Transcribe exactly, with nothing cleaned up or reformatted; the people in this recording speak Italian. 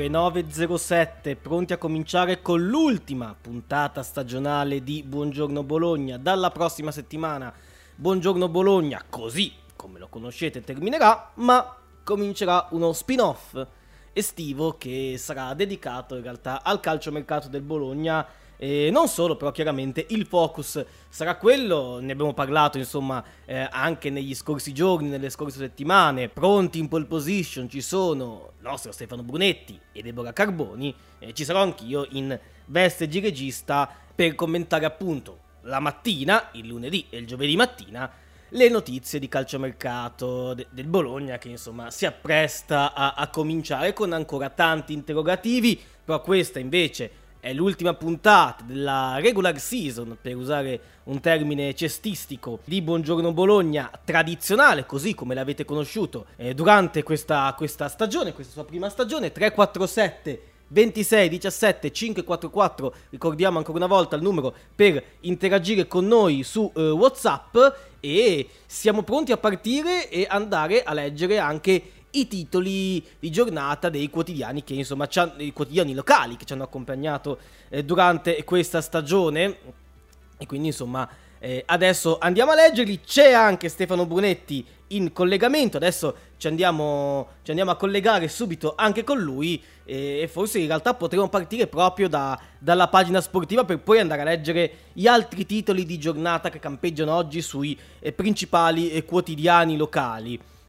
ore nove e zero sette, pronti a cominciare con l'ultima puntata stagionale di Buongiorno Bologna. Dalla prossima settimana Buongiorno Bologna, così come lo conoscete, terminerà, ma comincerà uno spin-off estivo che sarà dedicato in realtà al calciomercato del Bologna. E non solo, però chiaramente il focus sarà quello, ne abbiamo parlato insomma eh, anche negli scorsi giorni, nelle scorse settimane. Pronti in pole position ci sono il nostro Stefano Brunetti e Deborah Carboni, e ci sarò anch'io in veste di regista per commentare appunto la mattina, il lunedì e il giovedì mattina, le notizie di calciomercato de- del Bologna, che insomma si appresta a-, a cominciare con ancora tanti interrogativi. Però questa invece è l'ultima puntata della regular season, per usare un termine cestistico, di Buongiorno Bologna tradizionale, così come l'avete conosciuto eh, durante questa, questa stagione, questa sua prima stagione. Tre quattro sette ventisei diciassette cinquecentoquarantaquattro, ricordiamo ancora una volta il numero per interagire con noi su eh, WhatsApp, e siamo pronti a partire e andare a leggere anche i titoli di giornata dei quotidiani che insomma i quotidiani locali che ci hanno accompagnato eh, durante questa stagione. E quindi insomma eh, adesso andiamo a leggerli. C'è anche Stefano Brunetti in collegamento, adesso ci andiamo, ci andiamo a collegare subito anche con lui, eh, e forse in realtà potremo partire proprio da, dalla pagina sportiva per poi andare a leggere gli altri titoli di giornata che campeggiano oggi sui eh, principali eh, quotidiani locali.